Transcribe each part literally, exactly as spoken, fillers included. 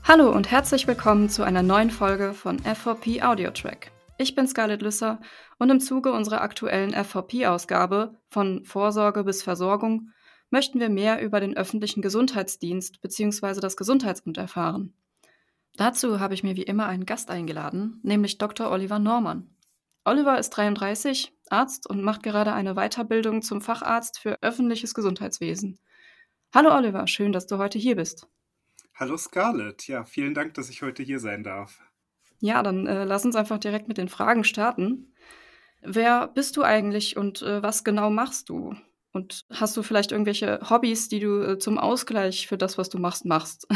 Hallo und herzlich willkommen zu einer neuen Folge von F V P Audio Track. Ich bin Scarlett Lüsser und im Zuge unserer aktuellen F V P-Ausgabe von Vorsorge bis Versorgung möchten wir mehr über den öffentlichen Gesundheitsdienst bzw. das Gesundheitsamt erfahren. Dazu habe ich mir wie immer einen Gast eingeladen, nämlich Doktor Oliver Normann. Oliver ist dreiunddreißig, Arzt und macht gerade eine Weiterbildung zum Facharzt für öffentliches Gesundheitswesen. Hallo Oliver, schön, dass du heute hier bist. Hallo Scarlett, ja, vielen Dank, dass ich heute hier sein darf. Ja, dann äh, lass uns einfach direkt mit den Fragen starten. Wer bist du eigentlich und äh, was genau machst du? Und hast du vielleicht irgendwelche Hobbys, die du äh, zum Ausgleich für das, was du machst, machst?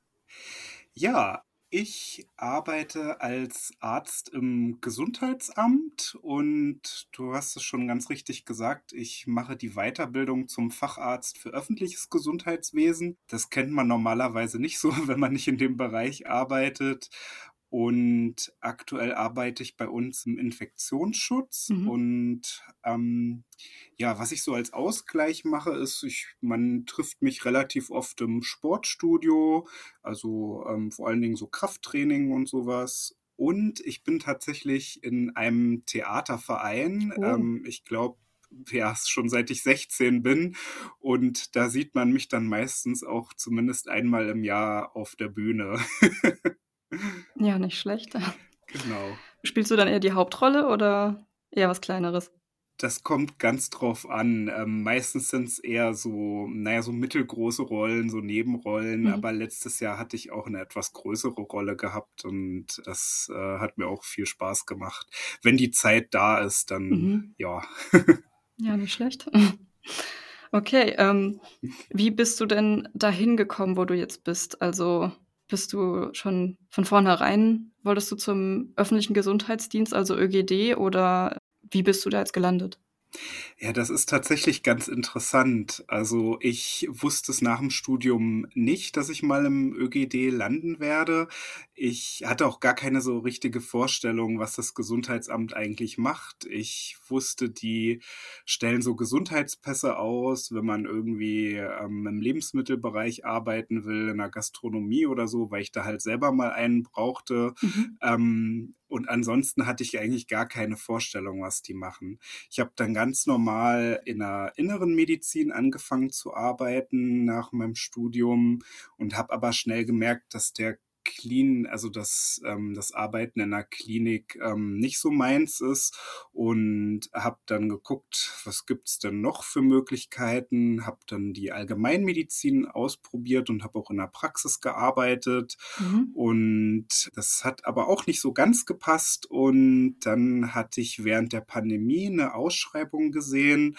Ja, ich arbeite als Arzt im Gesundheitsamt und du hast es schon ganz richtig gesagt, ich mache die Weiterbildung zum Facharzt für öffentliches Gesundheitswesen. Das kennt man normalerweise nicht so, wenn man nicht in dem Bereich arbeitet. Und aktuell arbeite ich bei uns im Infektionsschutz Mhm. und ähm, ja, was ich so als Ausgleich mache, ist, ich, man trifft mich relativ oft im Sportstudio, also ähm, vor allen Dingen so Krafttraining und sowas. Und ich bin tatsächlich in einem Theaterverein. Oh. Ähm, ich glaube, ja, schon seit ich sechzehn bin. Und da sieht man mich dann meistens auch zumindest einmal im Jahr auf der Bühne. Ja, nicht schlecht. Genau. Spielst du dann eher die Hauptrolle oder eher was Kleineres? Das kommt ganz drauf an. Ähm, meistens sind es eher so, naja, so mittelgroße Rollen, so Nebenrollen. Mhm. Aber letztes Jahr hatte ich auch eine etwas größere Rolle gehabt und das äh, hat mir auch viel Spaß gemacht. Wenn die Zeit da ist, dann Mhm. ja. Ja, nicht schlecht. Okay, ähm, wie bist du denn dahin gekommen, wo du jetzt bist? Also bist du schon von vornherein, wolltest du zum öffentlichen Gesundheitsdienst, also Ö G D, oder wie bist du da jetzt gelandet? Ja, das ist tatsächlich ganz interessant. Also ich wusste es nach dem Studium nicht, dass ich mal im Ö G D landen werde. Ich hatte auch gar keine so richtige Vorstellung, was das Gesundheitsamt eigentlich macht. Ich wusste, die stellen so Gesundheitspässe aus, wenn man irgendwie ähm, im Lebensmittelbereich arbeiten will, in der Gastronomie oder so, weil ich da halt selber mal einen brauchte. Mhm. Ähm, und ansonsten hatte ich eigentlich gar keine Vorstellung, was die machen. Ich habe dann ganz normal in der inneren Medizin angefangen zu arbeiten nach meinem Studium und habe aber schnell gemerkt, dass der Clean, also das, ähm, das Arbeiten in einer Klinik ähm, nicht so meins ist und habe dann geguckt, was gibt's denn noch für Möglichkeiten, habe dann die Allgemeinmedizin ausprobiert und habe auch in der Praxis gearbeitet Mhm. und das hat aber auch nicht so ganz gepasst und dann hatte ich während der Pandemie eine Ausschreibung gesehen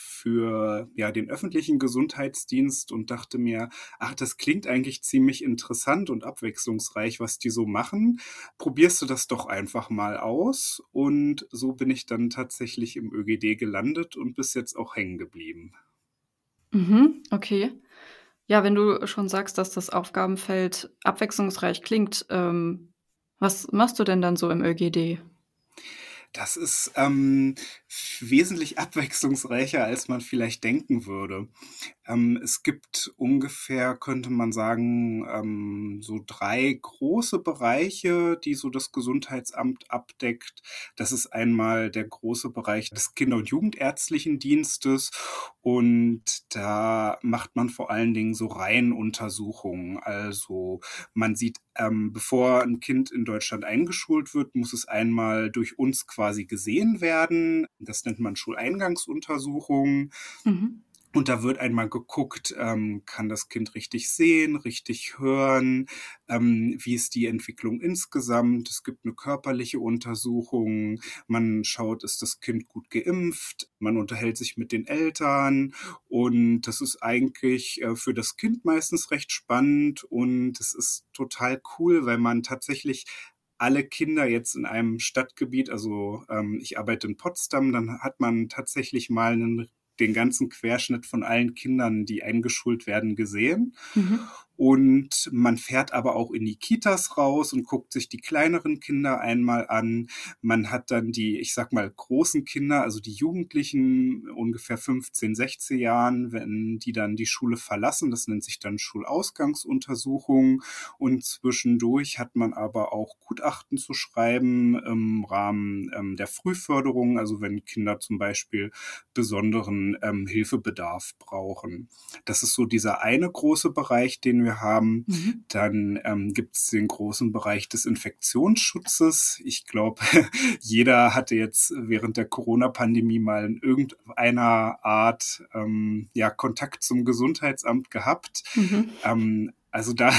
für ja den öffentlichen Gesundheitsdienst und dachte mir, ach, das klingt eigentlich ziemlich interessant und abwechslungsreich, was die so machen. Probierst du das doch einfach mal aus? Und so bin ich dann tatsächlich im Ö G D gelandet und bis jetzt auch hängen geblieben. Mhm. Okay. Ja, wenn du schon sagst, dass das Aufgabenfeld abwechslungsreich klingt, ähm, was machst du denn dann so im Ö G D? Das ist ähm, wesentlich abwechslungsreicher, als man vielleicht denken würde. Ähm, es gibt ungefähr, könnte man sagen, ähm, so drei große Bereiche, die so das Gesundheitsamt abdeckt. Das ist einmal der große Bereich des Kinder- und Jugendärztlichen Dienstes und da macht man vor allen Dingen so Reihenuntersuchungen. Also man sieht, ähm, bevor ein Kind in Deutschland eingeschult wird, muss es einmal durch uns quasi gesehen werden. Das nennt man Schuleingangsuntersuchungen. Mhm. Und da wird einmal geguckt, ähm, kann das Kind richtig sehen, richtig hören, ähm, wie ist die Entwicklung insgesamt. Es gibt eine körperliche Untersuchung, man schaut, ist das Kind gut geimpft, man unterhält sich mit den Eltern und das ist eigentlich äh, für das Kind meistens recht spannend und es ist total cool, weil man tatsächlich alle Kinder jetzt in einem Stadtgebiet, also ähm, ich arbeite in Potsdam, dann hat man tatsächlich mal einen den ganzen Querschnitt von allen Kindern, die eingeschult werden, gesehen. Mhm. Und man fährt aber auch in die Kitas raus und guckt sich die kleineren Kinder einmal an. Man hat dann die, ich sag mal, großen Kinder, also die Jugendlichen, ungefähr fünfzehn, sechzehn Jahren, wenn die dann die Schule verlassen. Das nennt sich dann Schulausgangsuntersuchung. Und zwischendurch hat man aber auch Gutachten zu schreiben im Rahmen ähm, der Frühförderung, also wenn Kinder zum Beispiel besonderen ähm, Hilfebedarf brauchen. Das ist so dieser eine große Bereich, den wir haben. Mhm. Dann ähm, gibt es den großen Bereich des Infektionsschutzes. Ich glaube, jeder hatte jetzt während der Corona-Pandemie mal in irgendeiner Art ähm, ja, Kontakt zum Gesundheitsamt gehabt. Mhm. Ähm, also da,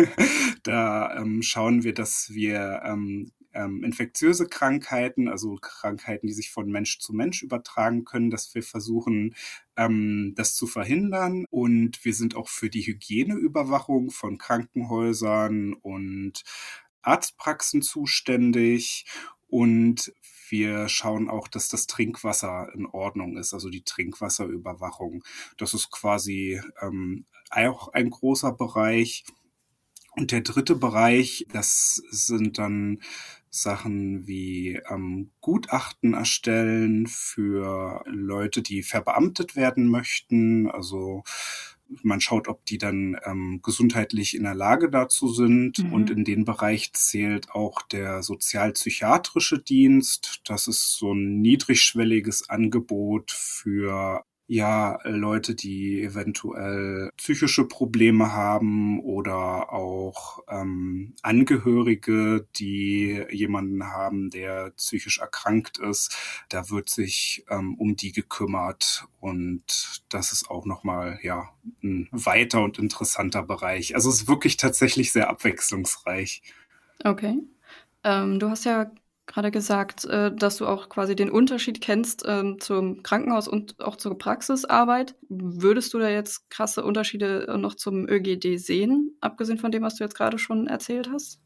da ähm, schauen wir, dass wir ähm, ähm, infektiöse Krankheiten, also Krankheiten, die sich von Mensch zu Mensch übertragen können, dass wir versuchen, ähm, das zu verhindern. Und wir sind auch für die Hygieneüberwachung von Krankenhäusern und Arztpraxen zuständig. Und wir schauen auch, dass das Trinkwasser in Ordnung ist, also die Trinkwasserüberwachung. Das ist quasi ähm, auch ein großer Bereich. Und der dritte Bereich, das sind dann Sachen wie ähm, Gutachten erstellen für Leute, die verbeamtet werden möchten. Also man schaut, ob die dann ähm, gesundheitlich in der Lage dazu sind. Mhm. Und in den Bereich zählt auch der sozialpsychiatrische Dienst. Das ist so ein niedrigschwelliges Angebot für ja, Leute, die eventuell psychische Probleme haben oder auch ähm, Angehörige, die jemanden haben, der psychisch erkrankt ist. Da wird sich ähm, um die gekümmert und das ist auch nochmal ja, ein weiter und interessanter Bereich. Also es ist wirklich tatsächlich sehr abwechslungsreich. Okay. Ähm, du hast ja gerade gesagt, äh, dass du auch quasi den Unterschied kennst ähm, zum Krankenhaus und auch zur Praxisarbeit. Würdest du da jetzt krasse Unterschiede äh, noch zum Ö G D sehen, abgesehen von dem, was du jetzt gerade schon erzählt hast?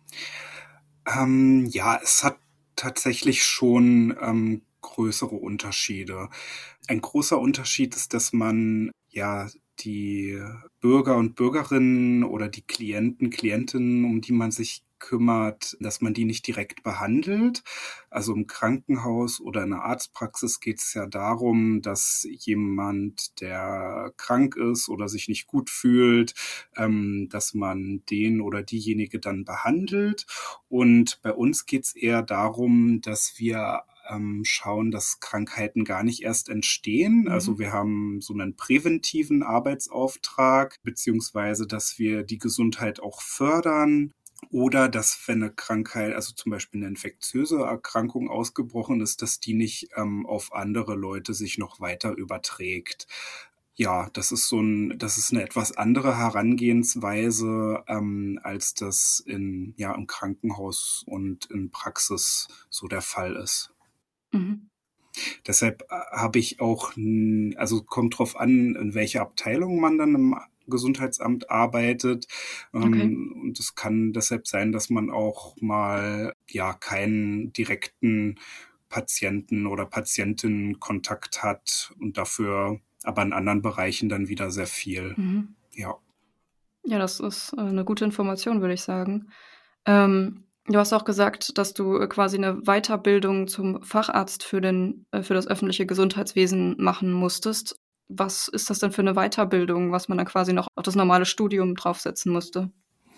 Ähm, ja, es hat tatsächlich schon ähm, größere Unterschiede. Ein großer Unterschied ist, dass man ja die Bürger und Bürgerinnen oder die Klienten, Klientinnen, um die man sich kümmert, dass man die nicht direkt behandelt. Also im Krankenhaus oder in der Arztpraxis geht es ja darum, dass jemand, der krank ist oder sich nicht gut fühlt, ähm, dass man den oder diejenige dann behandelt. Und bei uns geht es eher darum, dass wir ähm, schauen, dass Krankheiten gar nicht erst entstehen. Mhm. Also wir haben so einen präventiven Arbeitsauftrag, beziehungsweise dass wir die Gesundheit auch fördern. Oder dass, wenn eine Krankheit, also zum Beispiel eine infektiöse Erkrankung ausgebrochen ist, dass die nicht ähm, auf andere Leute sich noch weiter überträgt. Ja, das ist so ein, das ist eine etwas andere Herangehensweise, ähm, als das in, ja, im Krankenhaus und in Praxis so der Fall ist. Mhm. Deshalb äh, habe ich auch, n- also kommt drauf an, in welcher Abteilung man dann im Gesundheitsamt arbeitet. Okay. Ähm, und es kann deshalb sein, dass man auch mal ja keinen direkten Patienten- oder Patientinnenkontakt hat und dafür aber in anderen Bereichen dann wieder sehr viel. Mhm. Ja. Ja, das ist äh, 'ne gute Information, würde ich sagen. Ähm, du hast auch gesagt, dass du äh, quasi eine Weiterbildung zum Facharzt für den äh, für das öffentliche Gesundheitswesen machen musstest. Was ist das denn für eine Weiterbildung, was man dann quasi noch auf das normale Studium draufsetzen musste?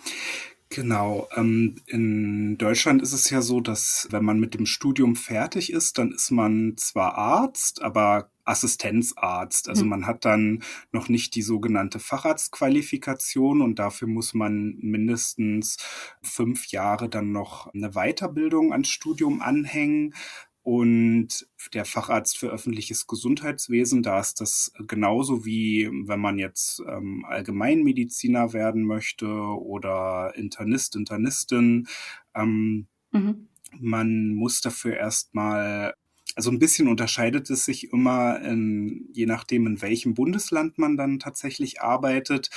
Genau. Ähm, in Deutschland ist es ja so, dass wenn man mit dem Studium fertig ist, dann ist man zwar Arzt, aber Assistenzarzt. Also Mhm. man hat dann noch nicht die sogenannte Facharztqualifikation und dafür muss man mindestens fünf Jahre dann noch eine Weiterbildung ans Studium anhängen. Und der Facharzt für öffentliches Gesundheitswesen, da ist das genauso wie wenn man jetzt ähm, Allgemeinmediziner werden möchte oder Internist, Internistin. Ähm, Mhm. Man muss dafür erstmal, also ein bisschen unterscheidet es sich immer, in, je nachdem, in welchem Bundesland man dann tatsächlich arbeitet.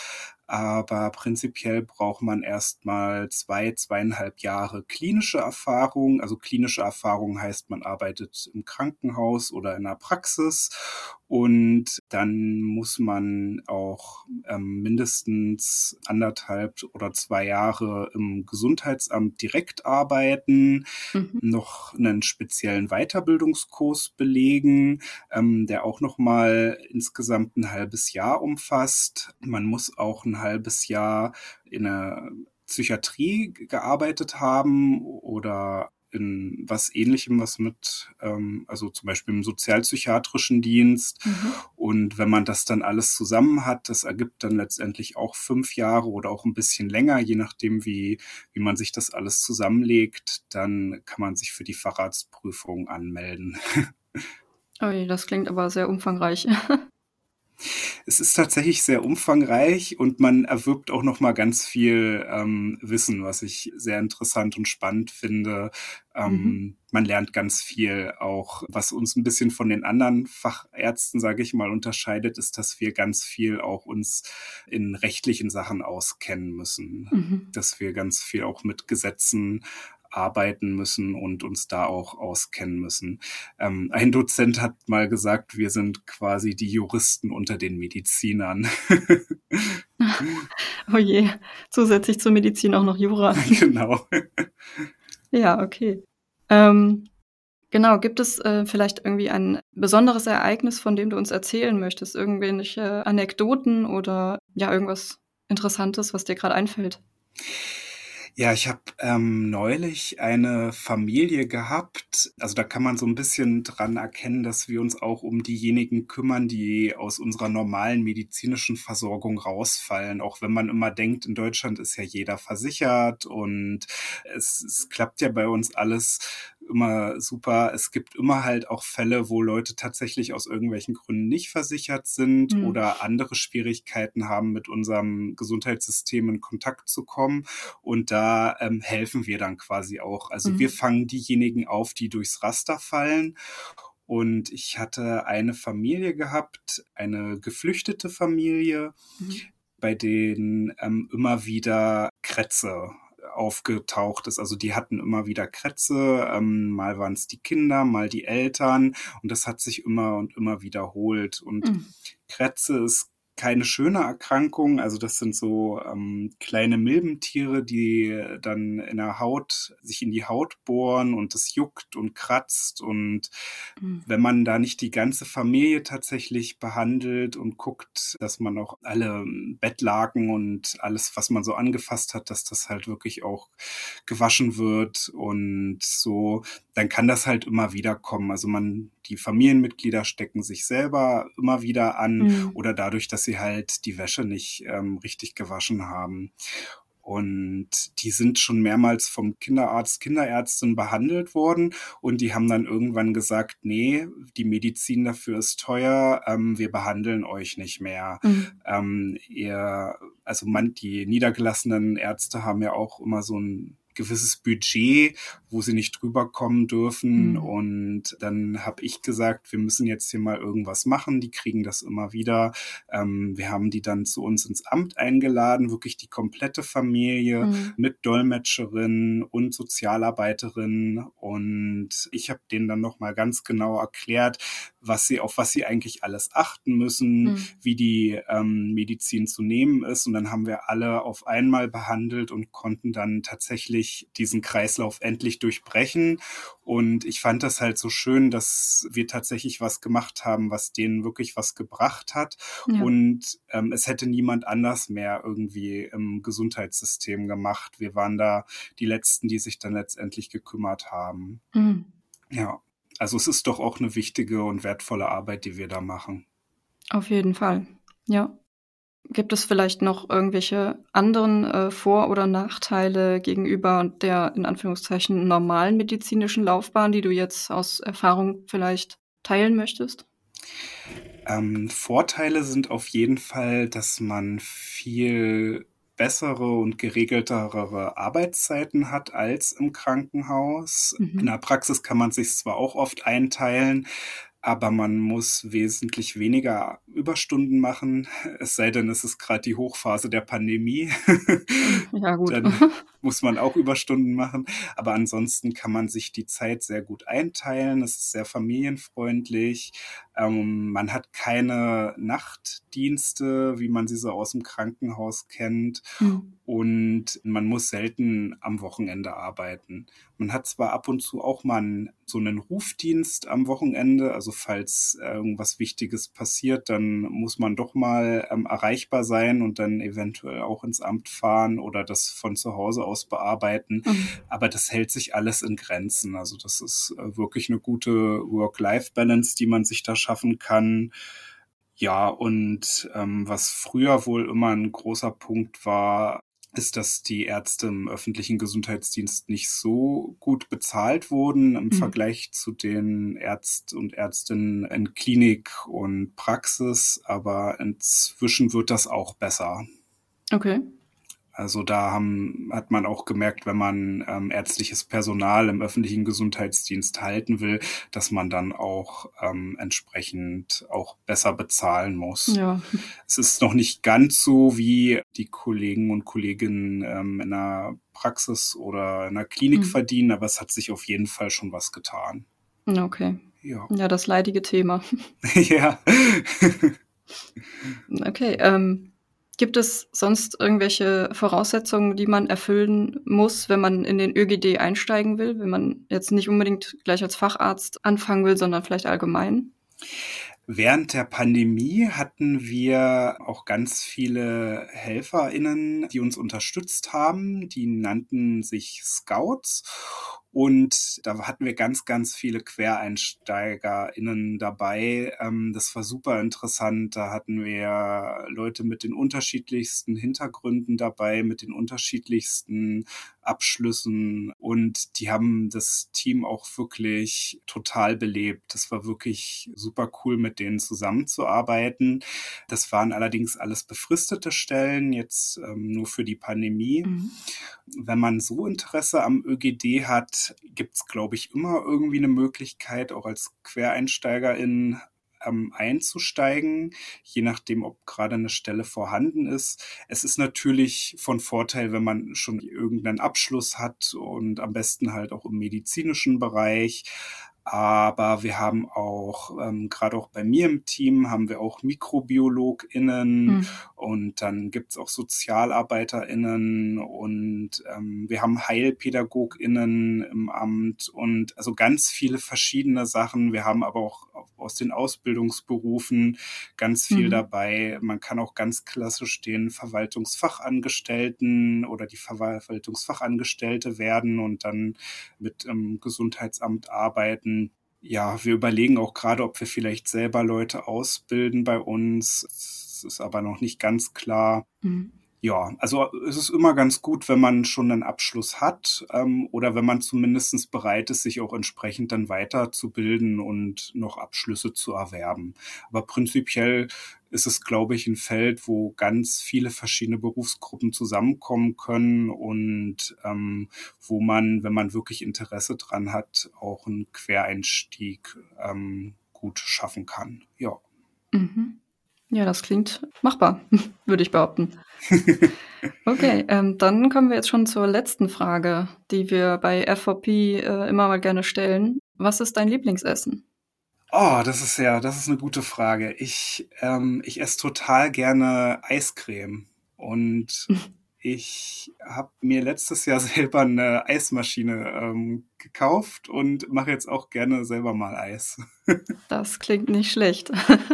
aber prinzipiell braucht man erstmal zwei, zweieinhalb Jahre klinische Erfahrung. Also klinische Erfahrung heißt, man arbeitet im Krankenhaus oder in der Praxis und dann muss man auch ähm, mindestens anderthalb oder zwei Jahre im Gesundheitsamt direkt arbeiten, Mhm. noch einen speziellen Weiterbildungskurs belegen, ähm, der auch nochmal insgesamt ein halbes Jahr umfasst. Man muss auch ein halbes Jahr in der Psychiatrie gearbeitet haben oder in was Ähnlichem, was mit, ähm, also zum Beispiel im sozialpsychiatrischen Dienst. Mhm. Und wenn man das dann alles zusammen hat, das ergibt dann letztendlich auch fünf Jahre oder auch ein bisschen länger, je nachdem, wie, wie man sich das alles zusammenlegt, dann kann man sich für die Facharztprüfung anmelden. Ui, das klingt aber sehr umfangreich. Es ist tatsächlich sehr umfangreich und man erwirbt auch noch mal ganz viel ähm, Wissen, was ich sehr interessant und spannend finde. Ähm, Mhm. man lernt ganz viel auch, was uns ein bisschen von den anderen Fachärzten, sage ich mal, unterscheidet, ist, dass wir ganz viel auch uns in rechtlichen Sachen auskennen müssen, Mhm. dass wir ganz viel auch mit Gesetzen arbeiten müssen und uns da auch auskennen müssen. Ähm, ein Dozent hat mal gesagt, wir sind quasi die Juristen unter den Medizinern. Oh je, zusätzlich zur Medizin auch noch Jura. Genau. Ja, okay. Ähm, genau, gibt es äh, vielleicht irgendwie ein besonderes Ereignis, von dem du uns erzählen möchtest? Irgendwelche Anekdoten oder ja, irgendwas Interessantes, was dir gerade einfällt? Ja, ich habe ähm, neulich eine Familie gehabt. Also da kann man so ein bisschen dran erkennen, dass wir uns auch um diejenigen kümmern, die aus unserer normalen medizinischen Versorgung rausfallen. Auch wenn man immer denkt, in Deutschland ist ja jeder versichert und es, es klappt ja bei uns alles immer super. Es gibt immer halt auch Fälle, wo Leute tatsächlich aus irgendwelchen Gründen nicht versichert sind Mhm. oder andere Schwierigkeiten haben, mit unserem Gesundheitssystem in Kontakt zu kommen. Und da ähm, helfen wir dann quasi auch. Also wir Mhm. fangen diejenigen auf, die durchs Raster fallen. Und ich hatte eine Familie gehabt, eine geflüchtete Familie, Mhm. bei denen ähm, immer wieder Krätze aufgetaucht ist. Also die hatten immer wieder Krätze, ähm, mal waren es die Kinder, mal die Eltern und das hat sich immer und immer wiederholt. Und Mhm. Krätze ist keine schöne Erkrankung, also das sind so ähm, kleine Milbentiere, die dann in der Haut, sich in die Haut bohren und es juckt und kratzt und Mhm. wenn man da nicht die ganze Familie tatsächlich behandelt und guckt, dass man auch alle Bettlaken und alles, was man so angefasst hat, dass das halt wirklich auch gewaschen wird und so, dann kann das halt immer wieder kommen. Also man, die Familienmitglieder stecken sich selber immer wieder an Mhm. oder dadurch, dass sie halt die Wäsche nicht ähm, richtig gewaschen haben. Und die sind schon mehrmals vom Kinderarzt, Kinderärztin behandelt worden und die haben dann irgendwann gesagt, nee, die Medizin dafür ist teuer, ähm, wir behandeln euch nicht mehr. Mhm. Ähm, ihr, also man, die niedergelassenen Ärzte haben ja auch immer so ein gewisses Budget, wo sie nicht drüber kommen dürfen. Mhm. Und dann habe ich gesagt, wir müssen jetzt hier mal irgendwas machen. Die kriegen das immer wieder. Ähm, wir haben die dann zu uns ins Amt eingeladen, wirklich die komplette Familie Mhm. mit Dolmetscherin und Sozialarbeiterin. Und ich habe denen dann nochmal ganz genau erklärt, was sie, auf was sie eigentlich alles achten müssen, Mhm. wie die ähm, Medizin zu nehmen ist. Und dann haben wir alle auf einmal behandelt und konnten dann tatsächlich diesen Kreislauf endlich durchbrechen. Und ich fand das halt so schön, dass wir tatsächlich was gemacht haben, was denen wirklich was gebracht hat. Ja. Und ähm, es hätte niemand anders mehr irgendwie im Gesundheitssystem gemacht. Wir waren da die Letzten, die sich dann letztendlich gekümmert haben. Mhm. Ja, also es ist doch auch eine wichtige und wertvolle Arbeit, die wir da machen. Auf jeden Fall. Ja. Gibt es vielleicht noch irgendwelche anderen äh, Vor- oder Nachteile gegenüber der in Anführungszeichen normalen medizinischen Laufbahn, die du jetzt aus Erfahrung vielleicht teilen möchtest? Ähm, Vorteile sind auf jeden Fall, dass man viel bessere und geregeltere Arbeitszeiten hat als im Krankenhaus. In Mhm. der Praxis kann man sich zwar auch oft einteilen, aber man muss wesentlich weniger Überstunden machen, es sei denn, es ist gerade die Hochphase der Pandemie. Ja, gut. Dann muss man auch Überstunden machen, aber ansonsten kann man sich die Zeit sehr gut einteilen. Es ist sehr familienfreundlich. Ähm, man hat keine Nachtdienste, wie man sie so aus dem Krankenhaus kennt. Hm. Und man muss selten am Wochenende arbeiten. Man hat zwar ab und zu auch mal einen, so einen Rufdienst am Wochenende, also falls irgendwas Wichtiges passiert, dann muss man doch mal ähm, erreichbar sein und dann eventuell auch ins Amt fahren oder das von zu Hause aus bearbeiten. Mhm. Aber das hält sich alles in Grenzen. Also das ist äh, wirklich eine gute Work-Life-Balance, die man sich da schaffen kann. Ja, und ähm, was früher wohl immer ein großer Punkt war, ist, dass die Ärzte im öffentlichen Gesundheitsdienst nicht so gut bezahlt wurden im Mhm. Vergleich zu den Ärzten und Ärztinnen in Klinik und Praxis, aber inzwischen wird das auch besser. Okay. Also da haben, hat man auch gemerkt, wenn man ähm, ärztliches Personal im öffentlichen Gesundheitsdienst halten will, dass man dann auch ähm, entsprechend auch besser bezahlen muss. Ja. Es ist noch nicht ganz so, wie die Kollegen und Kolleginnen ähm, in einer Praxis oder in einer Klinik Mhm. verdienen, aber es hat sich auf jeden Fall schon was getan. Okay. Ja. Ja, das leidige Thema. Ja. Okay. Ähm, gibt es sonst irgendwelche Voraussetzungen, die man erfüllen muss, wenn man in den ÖGD einsteigen will, wenn man jetzt nicht unbedingt gleich als Facharzt anfangen will, sondern vielleicht allgemein? Während der Pandemie hatten wir auch ganz viele HelferInnen, die uns unterstützt haben. Die nannten sich Scouts. Und da hatten wir ganz, ganz viele QuereinsteigerInnen dabei. Ähm, das war super interessant. Da hatten wir Leute mit den unterschiedlichsten Hintergründen dabei, mit den unterschiedlichsten Abschlüssen. Und die haben das Team auch wirklich total belebt. Das war wirklich super cool, mit denen zusammenzuarbeiten. Das waren allerdings alles befristete Stellen, jetzt ähm, nur für die Pandemie. Mhm. Wenn man so Interesse am ÖGD hat, gibt es, glaube ich, immer irgendwie eine Möglichkeit, auch als Quereinsteigerin ähm, einzusteigen, je nachdem, ob gerade eine Stelle vorhanden ist. Es ist natürlich von Vorteil, wenn man schon irgendeinen Abschluss hat und am besten halt auch im medizinischen Bereich. Aber wir haben auch, ähm, gerade auch bei mir im Team, haben wir auch MikrobiologInnen Mhm. und dann gibt's auch SozialarbeiterInnen und ähm, wir haben HeilpädagogInnen im Amt und also ganz viele verschiedene Sachen. Wir haben aber auch aus den Ausbildungsberufen ganz viel Mhm. dabei. Man kann auch ganz klassisch den Verwaltungsfachangestellten oder die Verwaltungsfachangestellte werden und dann mit im Gesundheitsamt arbeiten. Ja, wir überlegen auch gerade, ob wir vielleicht selber Leute ausbilden bei uns. Es ist aber noch nicht ganz klar. Mhm. Ja, also es ist immer ganz gut, wenn man schon einen Abschluss hat ähm, oder wenn man zumindest bereit ist, sich auch entsprechend dann weiterzubilden und noch Abschlüsse zu erwerben. Aber prinzipiell ist es, glaube ich, ein Feld, wo ganz viele verschiedene Berufsgruppen zusammenkommen können und ähm, wo man, wenn man wirklich Interesse dran hat, auch einen Quereinstieg ähm, gut schaffen kann. Ja. Mhm. Ja, das klingt machbar, würde ich behaupten. Okay, ähm, dann kommen wir jetzt schon zur letzten Frage, die wir bei F V P äh, immer mal gerne stellen. Was ist dein Lieblingsessen? Oh, das ist ja, das ist eine gute Frage. Ich, ähm, ich esse total gerne Eiscreme und ich habe mir letztes Jahr selber eine Eismaschine ähm, gekauft und mache jetzt auch gerne selber mal Eis. Das klingt nicht schlecht.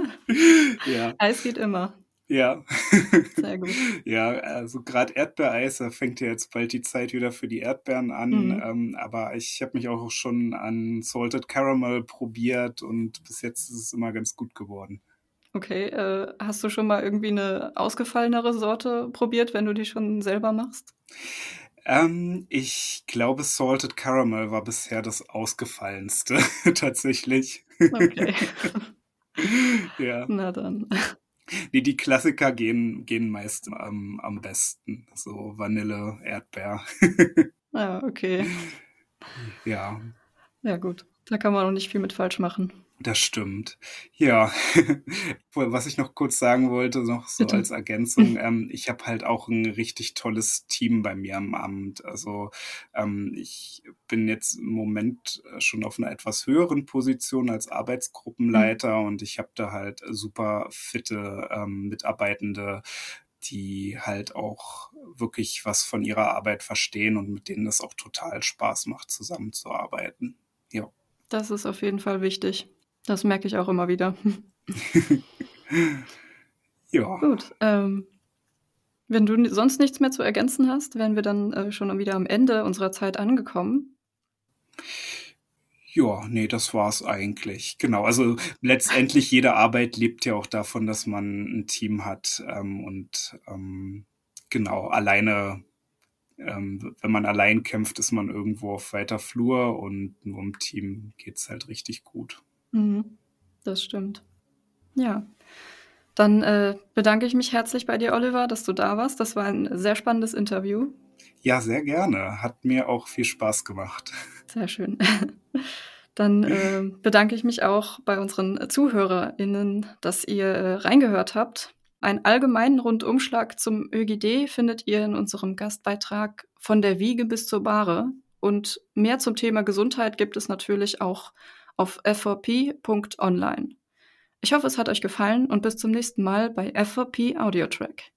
Ja, Eis geht immer. ja. Sehr gut. Ja, also gerade Erdbeereis, da fängt ja jetzt bald die Zeit wieder für die Erdbeeren an. Mhm. Ähm, aber ich habe mich auch schon an Salted Caramel probiert und bis jetzt ist es immer ganz gut geworden. Okay, äh, hast du schon mal irgendwie eine ausgefallenere Sorte probiert, wenn du die schon selber machst? Ähm, ich glaube, Salted Caramel war bisher das ausgefallenste, tatsächlich. Okay, Ja. na dann. Nee, die Klassiker gehen, gehen meist am, am besten. So Vanille, Erdbeer. Ja, okay. Ja. Ja, gut. Da kann man auch nicht viel mit falsch machen. Das stimmt. Ja, was ich noch kurz sagen wollte, noch so Bitte. als Ergänzung, ähm, ich habe halt auch ein richtig tolles Team bei mir am Amt. Also ähm, ich bin jetzt im Moment äh, schon auf einer etwas höheren Position als Mhm. Arbeitsgruppenleiter und ich habe da halt super fitte ähm, Mitarbeitende, die halt auch wirklich was von ihrer Arbeit verstehen und mit denen es auch total Spaß macht, zusammenzuarbeiten. Ja. Das ist auf jeden Fall wichtig. Das merke ich auch immer wieder. Ja. Gut, ähm, wenn du n- sonst nichts mehr zu ergänzen hast, wären wir dann äh, schon wieder am Ende unserer Zeit angekommen. Ja, nee, das war's eigentlich. Genau, also letztendlich jede Arbeit lebt ja auch davon, dass man ein Team hat, ähm, und, ähm, genau, alleine ähm, wenn man allein kämpft, ist man irgendwo auf weiter Flur und nur im Team geht's halt richtig gut. Mhm. Das stimmt. Ja, dann äh, bedanke ich mich herzlich bei dir, Oliver, dass du da warst. Das war ein sehr spannendes Interview. Ja, sehr gerne. Hat mir auch viel Spaß gemacht. Sehr schön. Dann äh, bedanke ich mich auch bei unseren ZuhörerInnen, dass ihr äh, reingehört habt. Einen allgemeinen Rundumschlag zum Ö G D findet ihr in unserem Gastbeitrag Von der Wiege bis zur Bahre. Und mehr zum Thema Gesundheit gibt es natürlich auch auf f v p punkt online. Ich hoffe, es hat euch gefallen und bis zum nächsten Mal bei F V P Audio Track.